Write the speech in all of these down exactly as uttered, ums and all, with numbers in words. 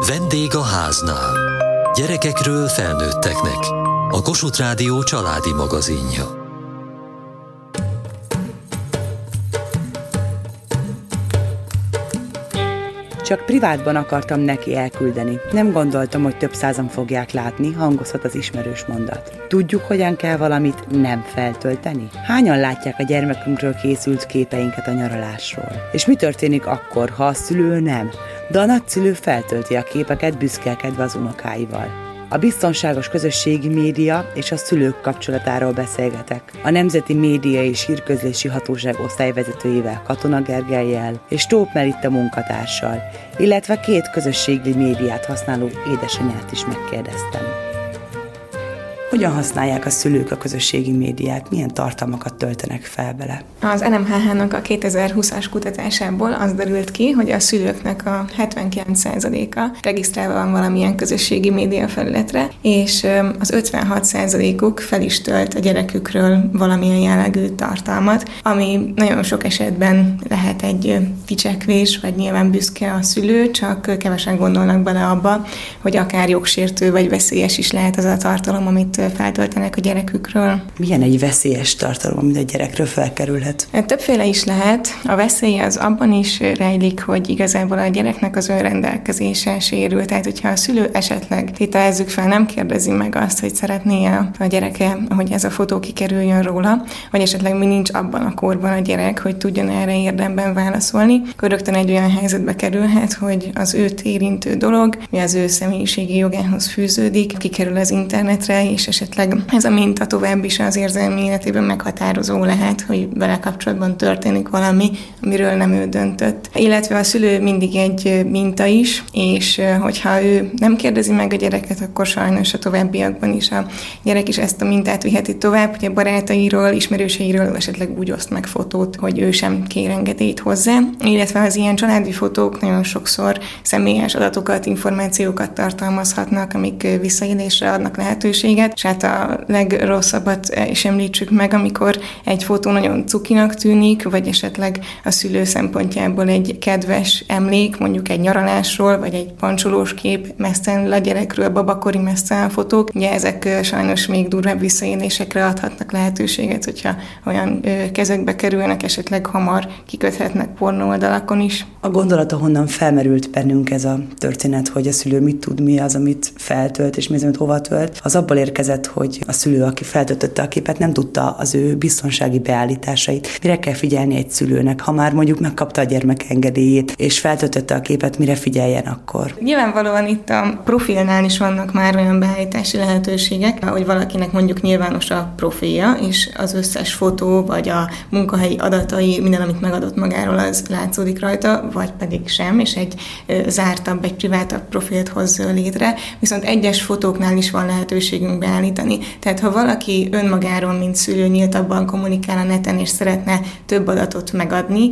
Vendég a háznál. Gyerekekről felnőtteknek. A Kossuth Rádió családi magazinja. Csak privátban akartam neki elküldeni. Nem gondoltam, hogy több százan fogják látni, hangozhat az ismerős mondat. Tudjuk, hogyan kell valamit nem feltölteni? Hányan látják a gyermekünkről készült képeinket a nyaralásról? És mi történik akkor, ha a szülő nem? De a nagyszülő feltölti a képeket büszkélkedve az unokáival. A biztonságos közösségi média és a szülők kapcsolatáról beszélgetek. A Nemzeti Média és Hírközlési Hatóság osztályvezetőjével, Katona Gergellyel és Tóth Melitta munkatársal, illetve két közösségi médiát használó édesanyát is megkérdeztem. Hogyan használják a szülők a közösségi médiát? Milyen tartalmakat töltenek fel bele? Az en em há há-nak a kétezer-húszas kutatásából az derült ki, hogy a szülőknek a hetvenkilenc százaléka regisztrálva van valamilyen közösségi média felületre, és az ötvenhat százalékuk fel is tölt a gyerekükről valamilyen jellegű tartalmat, ami nagyon sok esetben lehet egy kicsekvés, vagy nyilván büszke a szülő, csak kevesen gondolnak bele abba, hogy akár jogsértő vagy veszélyes is lehet az a tartalom, amit feltöltenek a gyerekükről. Milyen egy veszélyes tartalom, amit a gyerekről felkerülhet? Többféle is lehet. A veszély az abban is rejlik, hogy igazából a gyereknek az önrendelkezése sérül. Tehát, hogyha a szülő esetleg, tételezzük fel, nem kérdezi meg azt, hogy szeretné a gyereke, hogy ez a fotó kikerüljön róla, vagy esetleg mi nincs abban a korban a gyerek, hogy tudjon erre érdemben válaszolni, akkor rögtön egy olyan helyzetbe kerülhet, hogy az őt érintő dolog, mi az ő személyiségi jogához fűződik, kikerül az internetre, és esetleg ez a minta tovább is az érzelmi életében meghatározó lehet, hogy vele kapcsolatban történik valami, amiről nem ő döntött. Illetve a szülő mindig egy minta is, és hogyha ő nem kérdezi meg a gyereket, akkor sajnos a továbbiakban is a gyerek is ezt a mintát viheti tovább, hogy a barátairól, ismerőseiről esetleg úgy oszt meg fotót, hogy ő sem kér engedélyt hozzá. Illetve az ilyen családi fotók nagyon sokszor személyes adatokat, információkat tartalmazhatnak, amik visszaélésre adnak lehetőséget. És hát a legrosszabbat is említsük meg, amikor egy fotó nagyon cukinak tűnik, vagy esetleg a szülő szempontjából egy kedves emlék, mondjuk egy nyaralásról, vagy egy pancsolós kép, mesztelen a gyerekről, babakori mesztelen fotók. Ugye ezek sajnos még durvább visszaélésekre adhatnak lehetőséget, hogyha olyan kezekbe kerülnek, esetleg hamar kiköthetnek pornó oldalakon is. A gondolata honnan felmerült bennünk ez a történet, hogy a szülő mit tud, mi az, amit feltölt, és mi az, amit hova tölt, az abból érkezett, hogy a szülő, aki feltöltötte a képet, nem tudta az ő biztonsági beállításait. Mire kell figyelni egy szülőnek, ha már mondjuk megkapta a gyermek engedélyét, és feltöltötte a képet, mire figyeljen akkor? Nyilvánvalóan itt a profilnál is vannak már olyan beállítási lehetőségek, hogy valakinek mondjuk nyilvános a profilja, és az összes fotó, vagy a munkahelyi adatai, minden, amit megadott magáról, az látszódik rajta, vagy pedig sem, és egy zártabb, egy privátabb profilt hoz létre. Viszont egyes fotóknál is van lehetőségünk beállítani. Tehát ha valaki önmagáról, mint szülő nyíltabban kommunikál a neten, és szeretne több adatot megadni,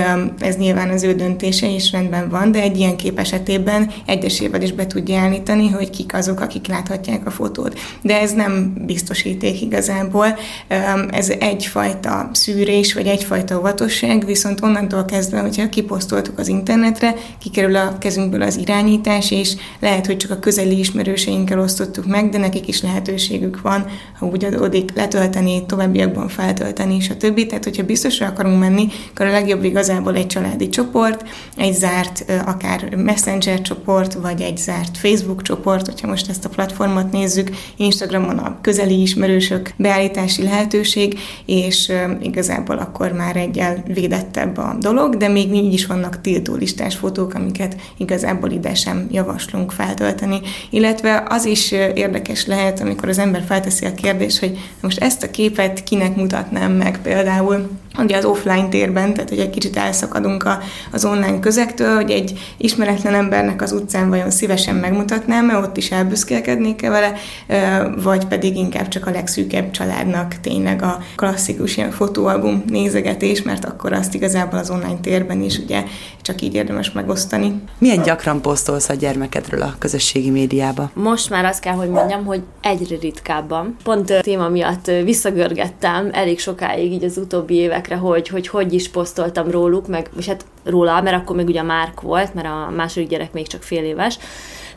ez nyilván az ő döntése is rendben van, de egy ilyen kép esetében egyesével is be tudja állítani, hogy kik azok, akik láthatják a fotót. De ez nem biztosíték igazából. Ez egyfajta szűrés, vagy egyfajta óvatosság, viszont onnantól kezdve, hogyha kiposztoltuk az internetre, kikerül a kezünkből az irányítás, és lehet, hogy csak a közeli ismerőseinkkel osztottuk meg, de nekik is lehetőségük van, ha úgy adódik, letölteni, továbbiakban feltölteni, stb. Tehát, hogyha biztosra akarunk menni, akkor a legjobb igazából egy családi csoport, egy zárt akár Messenger csoport, vagy egy zárt Facebook csoport, hogyha most ezt a platformot nézzük, Instagramon a közeli ismerősök beállítási lehetőség, és igazából akkor már egyel védettebb a dolog, de még így is vannak tiltólistás fotók, amiket igazából ide sem javaslunk feltölteni. Illetve az is érdekes lehet, amikor az ember felteszi a kérdést, hogy most ezt a képet kinek mutatnám meg például, ugye az offline térben, tehát hogy egy kicsit elszakadunk a, az online közektől, hogy egy ismeretlen embernek az utcán vajon szívesen megmutatnám, mert ott is elbüszkélkednék-e vele, vagy pedig inkább csak a legszűkebb családnak tényleg a klasszikus ilyen fotóalbum nézegetés, mert akkor azt igazából az online térben is ugye csak így érdemes megosztani. Milyen gyakran posztolsz a gyermekedről a közösségi médiába? Most már azt kell, hogy mondjam, hogy egyre ritkábban. Pont a téma miatt visszagörgettem elég sokáig így az utóbbi évekre, hogy hogy, hogy is posztoltam róluk, meg, és hát róla, mert akkor még ugye a Márk volt, mert a második gyerek még csak fél éves,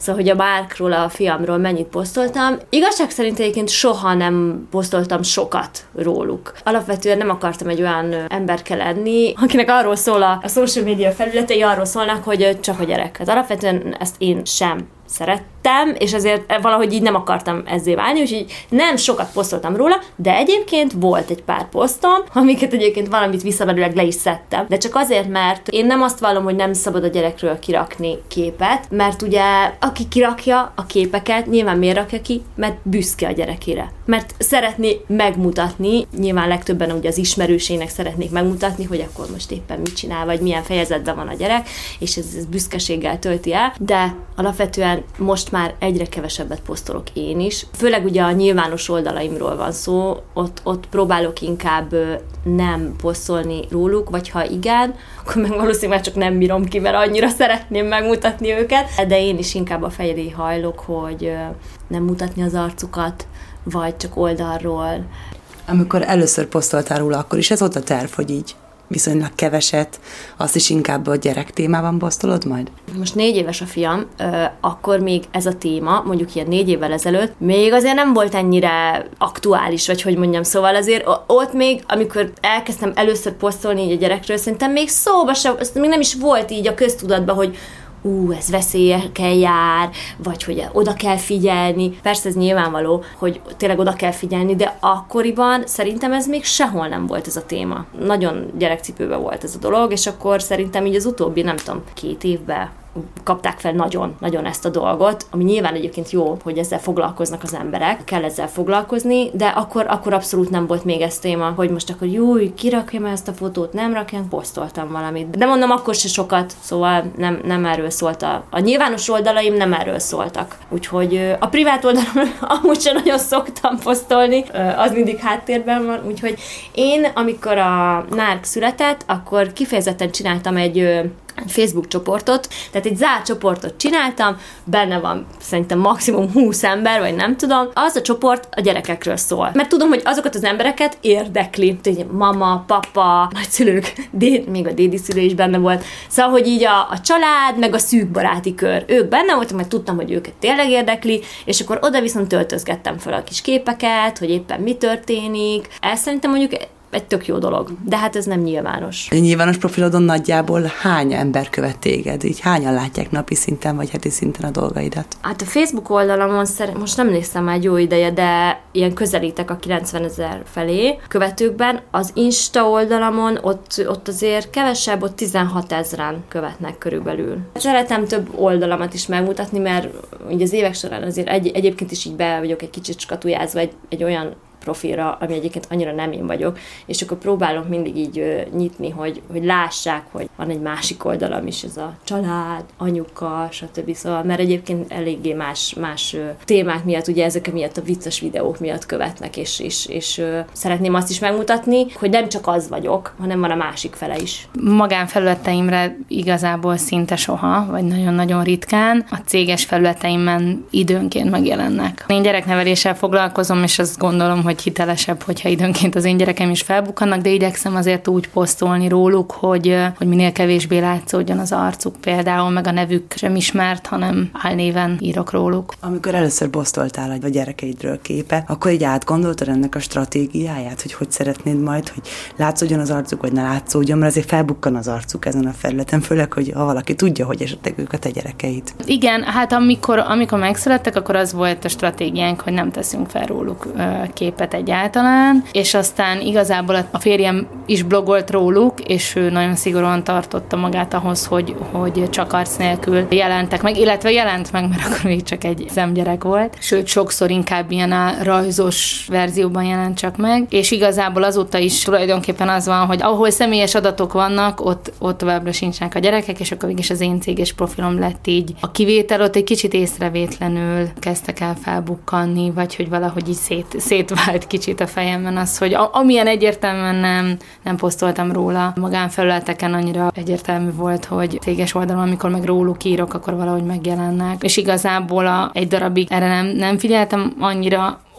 Szóval, hogy a Márkról, a fiamról mennyit posztoltam. Igazság szerint egyébként soha nem posztoltam sokat róluk. Alapvetően nem akartam egy olyan emberke lenni, akinek arról szól a, a social media felületei, arról szólnak, hogy csak a gyerek. Az alapvetően ezt én sem szerettem, és ezért valahogy így nem akartam ezzé válni, úgyhogy nem sokat posztoltam róla, de egyébként volt egy pár posztom, amiket egyébként valamit visszaverőleg le is szedtem. De csak azért, mert én nem azt vallom, hogy nem szabad a gyerekről kirakni képet, mert ugye aki kirakja a képeket, nyilván miért rakja ki? Mert büszke a gyerekére. Mert szeretné megmutatni, nyilván legtöbben ugye az ismerősének szeretnék megmutatni, hogy akkor most éppen mit csinál, vagy milyen fejezetben van a gyerek, és ez, ez büszkeséggel tölti el, de alapvetően most már egyre kevesebbet posztolok én is. Főleg ugye a nyilvános oldalaimról van szó, ott, ott próbálok inkább nem posztolni róluk, vagy ha igen, akkor meg valószínűleg csak nem bírom ki, mert annyira szeretném megmutatni őket, de én is inkább a felé hajlok, hogy nem mutatni az arcukat, vagy csak oldalról. Amikor először posztoltál róla, akkor is ez volt a terv, hogy így viszonylag keveset, azt is inkább a gyerek témában posztolod majd? Most négy éves a fiam, akkor még ez a téma, mondjuk ilyen négy évvel ezelőtt, még azért nem volt ennyire aktuális, vagy hogy mondjam, szóval azért ott még, amikor elkezdtem először posztolni így a gyerekről, szerintem még szóba sem, még nem is volt így a köztudatban, hogy ú, ez veszélyekkel jár, vagy hogy oda kell figyelni. Persze ez nyilvánvaló, hogy tényleg oda kell figyelni, de akkoriban szerintem ez még sehol nem volt ez a téma. Nagyon gyerekcipőben volt ez a dolog, és akkor szerintem így az utóbbi, nem tudom, két évben kapták fel nagyon, nagyon ezt a dolgot, ami nyilván egyébként jó, hogy ezzel foglalkoznak az emberek, kell ezzel foglalkozni, de akkor, akkor abszolút nem volt még ez téma, hogy most akkor jó, kirakjam ezt a fotót, nem rakjam, posztoltam valamit. De mondom, akkor se sokat, szóval nem, nem erről szólt a, a nyilvános oldalaim nem erről szóltak. Úgyhogy a privát oldalon amúgy sem nagyon szoktam posztolni, az mindig háttérben van, úgyhogy én, amikor a Nárk született, akkor kifejezetten csináltam egy egy Facebook csoportot, tehát egy zárt csoportot csináltam, benne van szerintem maximum húsz ember, vagy nem tudom. Az a csoport a gyerekekről szól. Mert tudom, hogy azokat az embereket érdekli. Tudja, mama, papa, nagyszülők, déd, még a dédi szülő is benne volt. Szóval, hogy így a, a család, meg a szűk baráti kör. Ők benne voltak, mert tudtam, hogy őket tényleg érdekli, és akkor oda viszont töltözgettem fel a kis képeket, hogy éppen mi történik. Ez szerintem mondjuk egy tök jó dolog, de hát ez nem nyilvános. A nyilvános profilodon nagyjából hány ember követ téged? Így hányan látják napi szinten vagy heti szinten a dolgaidat? Hát a Facebook oldalamon szerint, most nem néztem már egy jó ideje, de ilyen közelítek a kilencvenezer felé követőkben. Az Insta oldalamon ott, ott azért kevesebb, ott tizenhatezren követnek körülbelül. Szeretem több oldalamat is megmutatni, mert ugye az évek során azért egy, egyébként is így be vagyok egy kicsit skatujázva egy, egy olyan profilra, ami egyébként annyira nem én vagyok, és akkor próbálom mindig így ö, nyitni, hogy, hogy lássák, hogy van egy másik oldalam is, ez a család, anyuka, stb. Szóval, mert egyébként eléggé más, más ö, témák miatt, ugye ezek miatt a vicces videók miatt követnek, és, és, és ö, szeretném azt is megmutatni, hogy nem csak az vagyok, hanem van a másik fele is. Magánfelületeimre igazából szinte soha, vagy nagyon-nagyon ritkán. A céges felületeimben időnként megjelennek. Én gyerekneveléssel foglalkozom, és azt gondolom, hogy hitelesebb, hogyha időnként az én gyerekem is felbukkannak, de igyekszem azért úgy posztolni róluk, hogy, hogy minél kevésbé látszódjon az arcuk például, meg a nevük sem ismert, hanem álnéven írok róluk. Amikor először posztoltál a gyerekeidről képet, akkor így átgondoltad ennek a stratégiáját, hogy hogy szeretnéd majd, hogy látszódjon az arcuk, vagy ne látszódjon, mert azért felbukkan az arcuk ezen a felületen, főleg, hogy ha valaki tudja, hogy esetleg ők a te gyerekeid. Igen, hát amikor, amikor megszülettek, akkor az volt a stratégiánk, hogy nem teszünk fel róluk képet egyáltalán, és aztán igazából a férjem is blogolt róluk, és ő nagyon szigorúan tartotta magát ahhoz, hogy, hogy csak arc nélkül jelentek meg, illetve jelent meg, mert akkor még csak egy szemgyerek volt. Sőt, sokszor inkább ilyen a rajzos verzióban jelent csak meg, és igazából azóta is tulajdonképpen az van, hogy ahol személyes adatok vannak, ott, ott továbbra sincsenek a gyerekek, és akkor mégis az én céges profilom lett így. A kivétel ott egy kicsit észrevétlenül kezdtek el felbukkanni, vagy hogy valahogy így szét, szétvált kicsit a fejemben az, hogy amilyen egyértelműen nem, nem posztoltam róla magánfelületeken, annyira egyértelmű volt, hogy céges oldalon, amikor meg róluk írok, akkor valahogy megjelennek. És igazából a, egy darabig erre nem, nem figyeltem annyira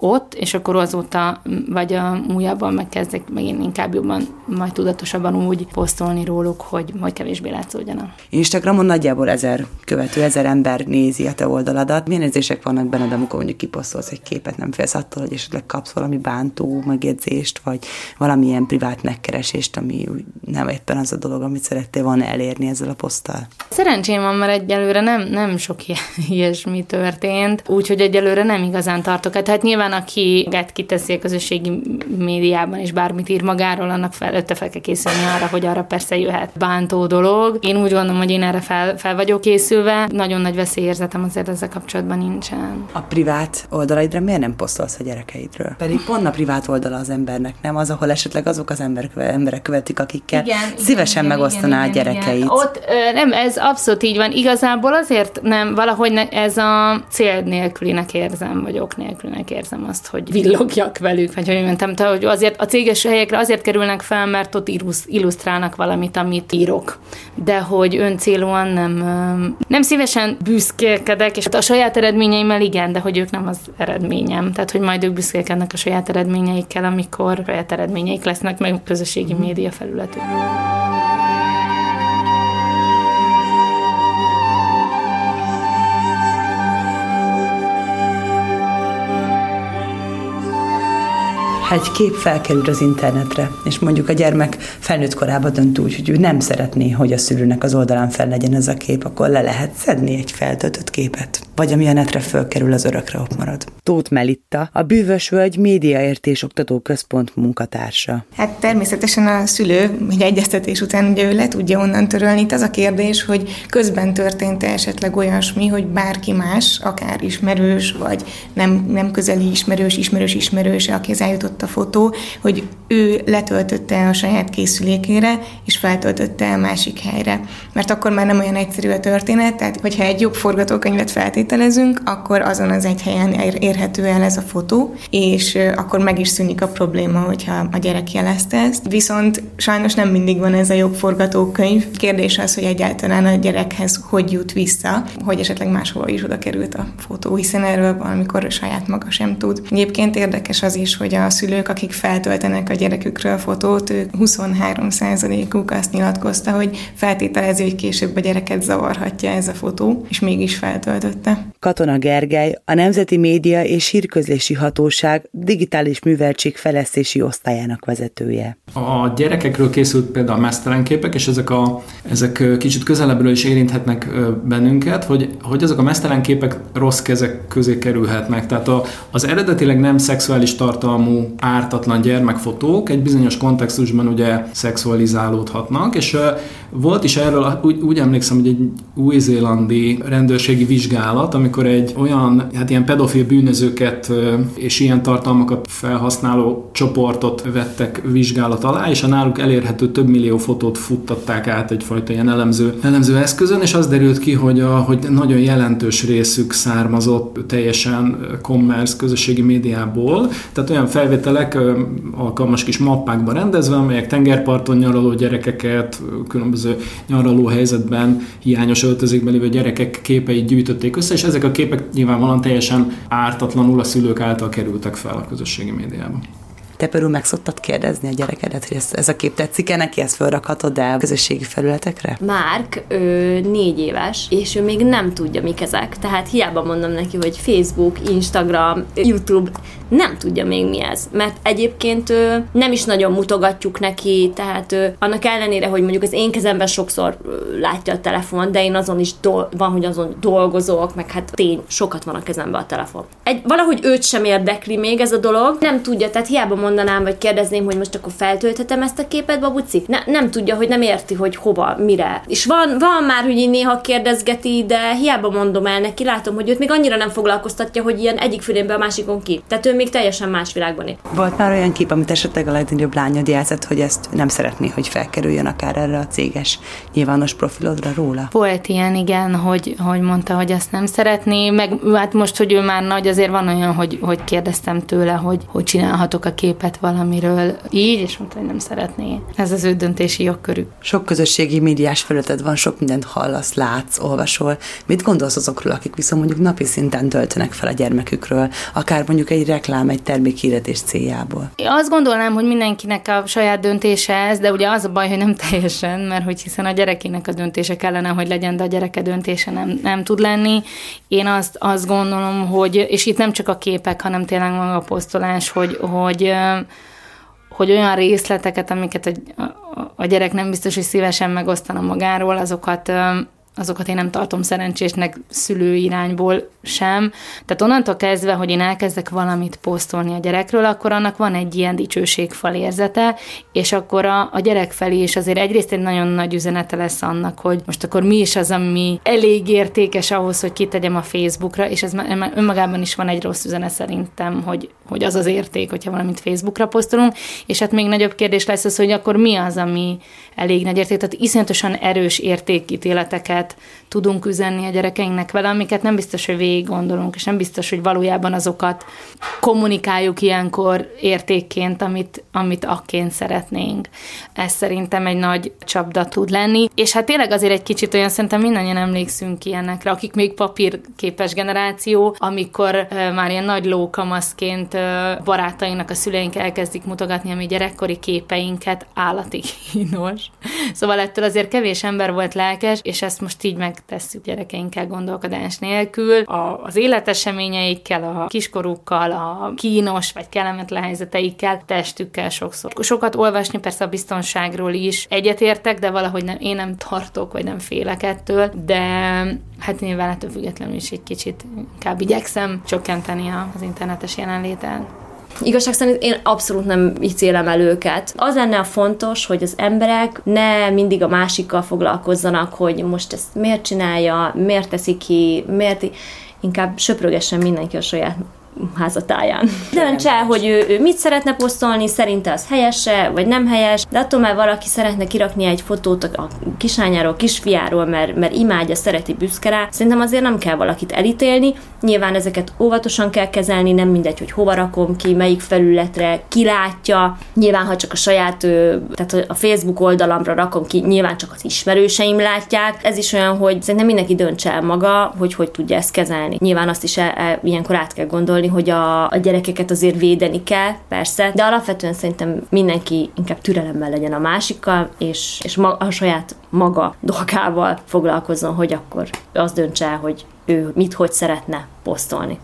ott, és akkor azóta, vagy a újabban megkezdek megint inkább jobban, majd tudatosabban úgy posztolni róluk, hogy, hogy kevésbé látszódjanak. Instagramon nagyjából ezer követő, ezer ember nézi a te oldaladat. Milyen érzések vannak benned, amikor mondjuk kiposztolsz egy képet, nem félsz attól, hogy esetleg kapsz valami bántó megjegyzést, vagy valamilyen privát megkeresést, ami nem éppen az a dolog, amit szerettél volna elérni ezzel a poszttal? Szerencsém van, mert egyelőre nem, nem sok ilyesmi történt, úgyhogy egyelőre nem igazán tartok. Tehát nyilván aki kiteszi a közösségi médiában, és bármit ír magáról, annak fel, ötte fel kell készülni arra, hogy arra persze jöhet bántó dolog. Én úgy gondolom, hogy én erre fel, fel vagyok készülve. Nagyon nagy veszélyérzetem azért ezzel kapcsolatban nincsen. A privát oldalaidra miért nem posztolsz a gyerekeidről? Pedig pont a privát oldala az embernek, nem? Az, ahol esetleg azok az emberek, emberek követik, akikkel igen, szívesen igen, megosztaná igen, a gyerekeit. Igen. Ott ö, nem, ez abszolút így van. Igazából azért nem, valahogy ne, ez a cél nélkülinek érzem, vagy ok nélkülinek érzem azt, hogy villogjak velük, vagy hogy mentem, hogy azért a céges helyekre azért kerülnek fel, mert ott illusztrálnak valamit, amit írok. De hogy öncélúan nem, nem szívesen büszkélkedek, és a saját eredményeimmel igen, de hogy ők nem az eredményem. Tehát, hogy majd ők büszkélkednek a saját eredményeikkel, amikor saját eredményeik lesznek, meg közösségi média felületük. Ha egy kép felkerül az internetre, és mondjuk a gyermek felnőtt korában dönt úgy, hogy ő nem szeretné, hogy a szülőnek az oldalán fel legyen ez a kép, akkor le lehet szedni egy feltöltött képet. Vagy ami a netre fölkerül, az örökre ott marad. Tóth Melitta, a Bűvösvölgy Médiaértés Oktató Központ munkatársa. Hát természetesen a szülő, hogy egyeztetés után ugye ő le tudja onnan törölni. Itt az a kérdés, hogy közben történt-e esetleg olyasmi, hogy bárki más, akár ismerős, vagy nem, nem közeli ismerős, ismerős ismerős, akihez eljutott a fotó, hogy ő letöltötte a saját készülékére, és feltöltötte a másik helyre. Mert akkor már nem olyan egyszerű a történet, tehát hogyha egy jobb forgatókönyvet feltételezünk, akkor azon az egy helyen érhető el ez a fotó, és akkor meg is szűnik a probléma, hogyha a gyerek jelezte ezt. Viszont sajnos nem mindig van ez a jobb forgatókönyv. Kérdés az, hogy egyáltalán a gyerekhez hogy jut vissza, hogy esetleg máshol is oda került a fotó, hiszen erről valamikor saját maga sem tud. Egyébként érdekes az is, hogy a szülők, akik feltöltenek a gyerekükről fotót, ők huszonhárom százalékuk azt nyilatkozta, hogy feltételezi, hogy később a gyereket zavarhatja ez a fotó, és mégis feltöltötte. Katona Gergely, a Nemzeti Média és Hírközlési Hatóság digitális műveltség fejlesztési osztályának vezetője. A gyerekekről készült például meztelen képek, és ezek, a, ezek kicsit közelebbről is érinthetnek bennünket, hogy, hogy ezek a meztelen képek rossz kezek közé kerülhetnek. Tehát a, az eredetileg nem szexuális tartalmú ártatlan gyermekfotók egy bizonyos kontextusban ugye szexualizálódhatnak, és volt is erről, úgy, úgy emlékszem, hogy egy új-zélandi rendőrségi vizsgálat, amikor egy olyan, hát ilyen pedofil bűnözőket és ilyen tartalmakat felhasználó csoportot vettek vizsgálat alá, és a náluk elérhető több millió fotót futtatták át egyfajta ilyen elemző, elemző eszközön, és az derült ki, hogy, a, hogy nagyon jelentős részük származott teljesen commerce közösségi médiából, tehát olyan felvételek alkalmas kis mappákban rendezve, amelyek tengerparton nyaraló gyerekeket, különböző nyaraló helyzetben hiányos öltözékben lévő gyerekek képeit gyűjtötték össze, és ezek a képek nyilvánvalóan teljesen ártatlanul a szülők által kerültek fel a közösségi médiában. Te például meg szoktad kérdezni a gyerekedet, hogy ez, ez a kép tetszik-e neki, ezt felrakhatod el a közösségi felületekre? Márk ő, négy éves, és ő még nem tudja, mik ezek. Tehát hiába mondom neki, hogy Facebook, Instagram, YouTube, nem tudja még mi ez. Mert egyébként ő, nem is nagyon mutogatjuk neki, tehát ő, annak ellenére, hogy mondjuk az én kezemben sokszor látja a telefon, de én azon is do- van, hogy azon dolgozok, meg hát tény, sokat van a kezemben a telefon. Egy, valahogy őt sem érdekli még ez a dolog, nem tudja, tehát hiába mondanám, vagy kérdezném, hogy most akkor feltölthetem ezt a képet, babuci? Ne, nem tudja, hogy nem érti, hogy hova, mire. És van, van már, hogy így néha kérdezgeti, de hiába mondom el neki, látom, hogy őt még annyira nem foglalkoztatja, hogy ilyen egyik fülénből a másikon ki. Tehát ő még teljesen más világban él. Volt már olyan kép, amit esetleg a legnagyobb lányod jelzett, hogy ezt nem szeretné, hogy felkerüljön akár erre a céges nyilvános profilodra róla? Volt ilyen, igen, hogy, hogy mondta, hogy ezt nem szeretné, meg hát most, hogy ő már nagy, azért van olyan, hogy, hogy kérdeztem tőle, hogy, hogy csinálhatok a képet valamiről így, és mondta, hogy nem szeretné. Ez az ő döntési jogkörük. Sok közösségi médiás felületed van, sok mindent hallasz, látsz, olvasol. Mit gondolsz azokról, akik viszont mondjuk napi szinten töltenek fel a gyermekükről, akár mondjuk egy reklám, egy termékhirdetés céljából. Én azt gondolnám, hogy mindenkinek a saját döntése ez, de ugye az a baj, hogy nem teljesen, mert hogy hiszen a gyerekének a döntése kellene, hogy legyen, de a gyereke döntése nem, nem tud lenni. Én azt, azt gondolom, hogy, és itt nem csak a képek, hanem tényleg maga a posztolás, hogy, hogy, hogy olyan részleteket, amiket a, a, a gyerek nem biztos, hogy szívesen megosztana magáról, azokat azokat én nem tartom szerencsésnek szülő irányból sem. Tehát onnantól kezdve, hogy én elkezdek valamit posztolni a gyerekről, akkor annak van egy ilyen dicsőségfal érzete, és akkor a, a gyerek felé is azért egyrészt egy nagyon nagy üzenete lesz annak, hogy most akkor mi is az, ami elég értékes ahhoz, hogy kitegyem a Facebookra, és ez önmagában is van egy rossz üzenet szerintem, hogy, hogy az az érték, hogyha valamit Facebookra posztolunk, és hát még nagyobb kérdés lesz az, hogy akkor mi az, ami elég nagy érték, tehát iszonyatosan erős értékítéleteket tudunk üzenni a gyerekeinknek vele, amiket nem biztos, hogy végig gondolunk, és nem biztos, hogy valójában azokat kommunikáljuk ilyenkor értékként, amit, amit akként szeretnénk. Ez szerintem egy nagy csapda tud lenni, és hát tényleg azért egy kicsit olyan, szerintem mindannyian emlékszünk ilyenekre, akik még papírképes generáció, amikor uh, már ilyen nagy lókamaszként uh, barátainak a szüleink elkezdik mutogatni a mi gyerekkori képeinket, állati kínos. Szóval ettől azért kevés ember volt lelkes, és ezt most így megtesszük gyerekeinkkel gondolkodás nélkül. A, az életeseményeikkel, a kiskorúkkal, a kínos vagy kellemetlen helyzeteikkel, testükkel sokszor. Sokat olvasni persze a biztonságról is egyetértek, de valahogy nem, én nem tartok, vagy nem félek ettől, de hát nyilván ettől függetlenül is egy kicsit inkább igyekszem csökkenteni az internetes jelenlétet. Igazság szerint én abszolút nem ítélem el őket. Az lenne a fontos, hogy az emberek ne mindig a másikkal foglalkozzanak, hogy most ezt miért csinálja, miért teszi ki, miért... Inkább söprögessen mindenki a saját házatáján. Döntse el, hogy ő, ő mit szeretne posztolni, szerinte az helyese, vagy nem helyes, de attól már valaki szeretne kirakni egy fotót a kislányáról, kisfiáról, mert, mert imádja, szereti, büszke rá. Szerintem azért nem kell valakit elítélni. Nyilván ezeket óvatosan kell kezelni, nem mindegy, hogy hova rakom ki, melyik felületre, ki látja. Nyilván, ha csak a saját, tehát a Facebook oldalamra rakom ki, nyilván csak az ismerőseim látják. Ez is olyan, hogy szerintem mindenki döntse el maga, hogy hogy tudja ezt kezelni. Nyilván azt is el, el, ilyenkor át kell gondolni, hogy a, a gyerekeket azért védeni kell, persze, de alapvetően szerintem mindenki inkább türelemmel legyen a másikkal, és, és ma, a saját maga dolgával foglalkozzon, hogy akkor azt döntse el, hogy ő mit, hogy szeretne posztolni.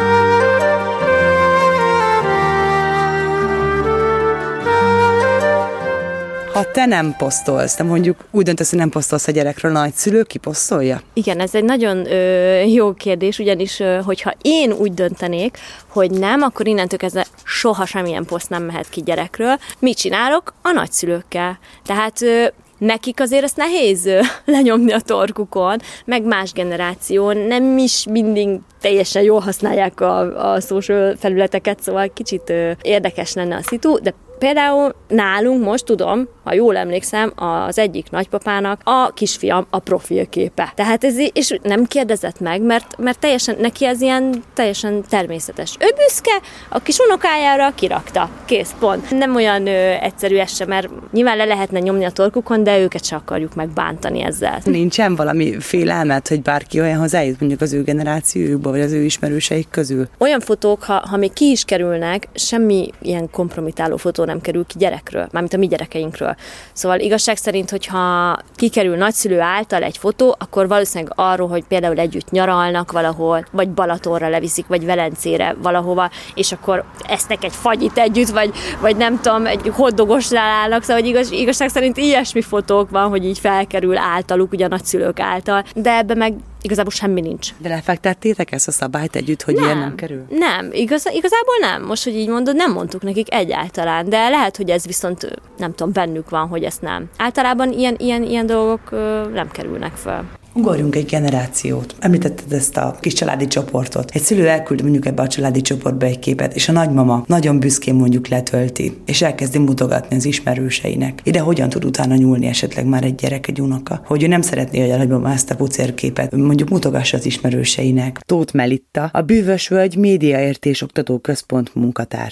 Ha te nem posztolsz, te mondjuk úgy döntesz, hogy nem posztolsz a gyerekről, a nagyszülő kiposztolja? Igen, ez egy nagyon ö, jó kérdés, ugyanis ö, hogyha én úgy döntenék, hogy nem, akkor innentől kezdve soha semmilyen poszt nem mehet ki gyerekről. Mit csinálok? A nagyszülőkkel. Tehát ö, nekik azért ezt nehéz ö, lenyomni a torkukon, meg más generáción nem is mindig teljesen jól használják a, a social felületeket, szóval kicsit ö, érdekes lenne a szitu, de például nálunk most tudom, ha jól emlékszem, az egyik nagypapának a kisfiam a profilképe. Tehát ez, és nem kérdezett meg, mert, mert teljesen, neki ez ilyen teljesen természetes. Ő büszke, a kis unokájára kirakta. Kész, pont. Nem olyan ö, egyszerű ez sem, mert nyilván le lehetne nyomni a torkukon, de őket se akarjuk megbántani ezzel. Nincsen valami félelmet, hogy bárki olyan hozzájut, mondjuk az ő generációjukba, vagy az ő ismerőseik közül? Olyan fotók, ha, ha még ki is kerülnek, semmi ilyen kompromitáló fotó nem kerül ki gyerekről, mármint a mi gyerekeinkről. Szóval igazság szerint, hogyha kikerül nagyszülő által egy fotó, akkor valószínűleg arról, hogy például együtt nyaralnak valahol, vagy Balatonra leviszik, vagy Velencére valahova, és akkor esznek egy fagyit együtt, vagy, vagy nem tudom, egy hotdogosra állnak, szóval igaz, igazság szerint ilyesmi fotók van, hogy így felkerül általuk, ugye a nagyszülők által, de ebbe meg igazából semmi nincs. De lefektettétek ezt a szabályt együtt, hogy nem, ilyen nem kerül? Nem, igaz, igazából nem. Most, hogy így mondod, nem mondtuk nekik egyáltalán, de lehet, hogy ez viszont nem tudom, bennük van, hogy ezt nem. Általában ilyen, ilyen, ilyen dolgok ö, nem kerülnek fel. Ugorjunk egy generációt. Említetted ezt a kis családi csoportot. Egy szülő elküld mondjuk ebbe a családi csoportba egy képet, és a nagymama nagyon büszkén mondjuk letölti, és elkezdi mutogatni az ismerőseinek. Ide hogyan tud utána nyúlni esetleg már egy gyerek, egy unoka? Hogy ő nem szeretné, hogy a nagymama ezt a pucérképet mondjuk mutogassa az ismerőseinek. Tóth Melitta, a Bűvös Völgy Médiaértés Oktató Központ munkatársa.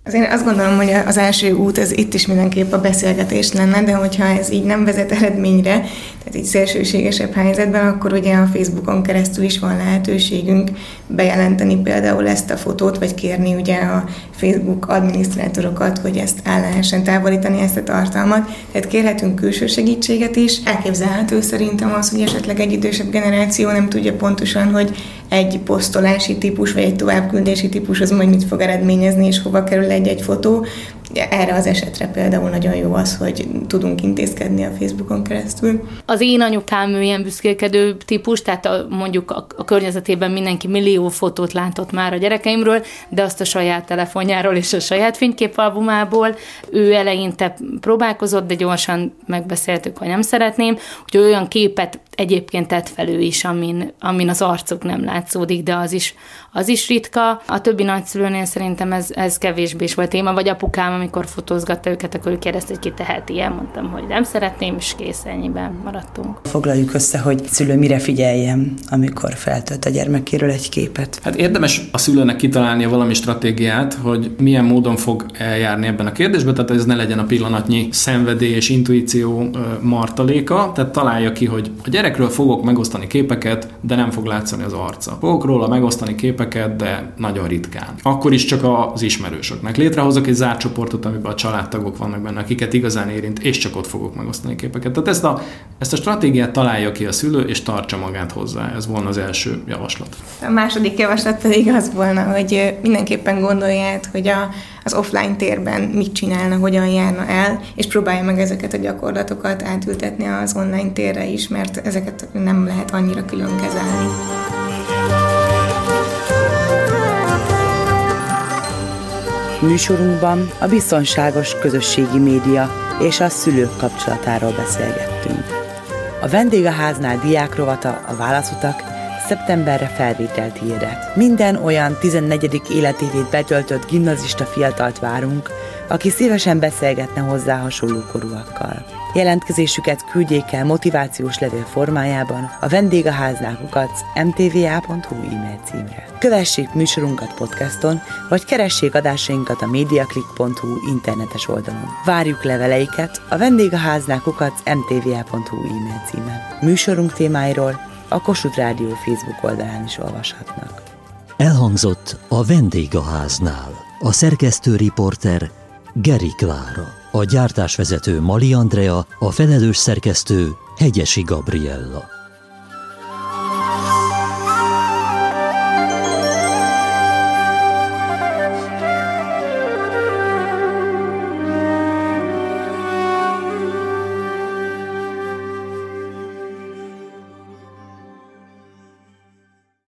Azért azt gondolom, hogy az első út ez itt is mindenképp a beszélgetés lenne, de hogyha ez így nem vezet eredményre, tehát így szélsőségesebb helyzetben, akkor ugye a Facebookon keresztül is van lehetőségünk bejelenteni például ezt a fotót, vagy kérni ugye a Facebook adminisztrátorokat, hogy ezt el lehessen távolítani, ezt a tartalmat. Tehát kérhetünk külső segítséget is. Elképzelhető szerintem az, hogy esetleg egy idősebb generáció nem tudja pontosan, hogy egy posztolási típus, vagy egy továbbküldési típus az majd mit fog eredményezni, és hova kerül egy-egy fotó. Erre az esetre például nagyon jó az, hogy tudunk intézkedni a Facebookon keresztül. Az én anyukám ő ilyen büszkélkedő típus, tehát a, mondjuk a, a környezetében mindenki millió fotót látott már a gyerekeimről, de azt a saját telefonjáról és a saját fényképalbumából. Ő eleinte próbálkozott, de gyorsan megbeszéltük, hogy nem szeretném, hogy olyan képet egyébként tett fel ő is, amin, amin az arcuk nem látszódik, de az is, az is ritka. A többi nagyszülőnél szerintem ez, ez kevésbé is volt téma, vagy apukám, amikor fotózgatta őket, akkor ő kérdezte, hogy ki tehet ilyen, mondtam, hogy nem szeretném, és kész, ennyiben maradtunk. Foglaljuk össze, hogy szülő mire figyeljen, amikor feltölt a gyermekéről egy képet. Hát érdemes a szülőnek kitalálnia valami stratégiát, hogy milyen módon fog eljárni ebben a kérdésben, tehát ez ne legyen a pillanatnyi szenvedély és intuíció martaléka, tehát találja ki, hogy a gyerekről fogok megosztani képeket, de nem fog látszani az arca. Fogok róla megosztani képeket, de nagyon ritkán. Akkor is csak az ismerősöknek. Létrehozok egy zárt csoportot, amiben a családtagok vannak benne, akiket igazán érint, és csak ott fogok megosztani képeket. Tehát ezt a, ezt a stratégiát találja ki a szülő, és tartsa magát hozzá. Ez volna az első javaslat. A második javaslat pedig az volna, hogy mindenképpen gondolja át, hogy a, az offline térben mit csinálna, hogyan járna el, és próbálja meg ezeket a gyakorlatokat átültetni az online térre is, mert ezeket nem lehet annyira külön kezelni. Műsorunkban a biztonságos közösségi média és a szülők kapcsolatáról beszélgettünk. A Vendégháznál diákrovata, a Válaszutak szeptemberre felvételt hirdet. Minden olyan tizennegyedik életévét betöltött gimnazista fiatalt várunk, aki szívesen beszélgetne hozzá hasonló korúakkal. Jelentkezésüket küldjék el motivációs levél formájában a vendégháznál kukac em té vé á pont hú e-mail címre. Kövessék műsorunkat podcaston, vagy keressék adásainkat a mediaclick pont hú internetes oldalon. Várjuk leveleiket a vendégháznál kukac em té vé á pont hú e-mail címen. Műsorunk témáiról a Kossuth Rádió Facebook oldalán is olvashatnak. Elhangzott a Vendégháznál. A szerkesztő riporter Geri Klára, a gyártásvezető Mali Andrea, a felelős szerkesztő Hegyesi Gabriella.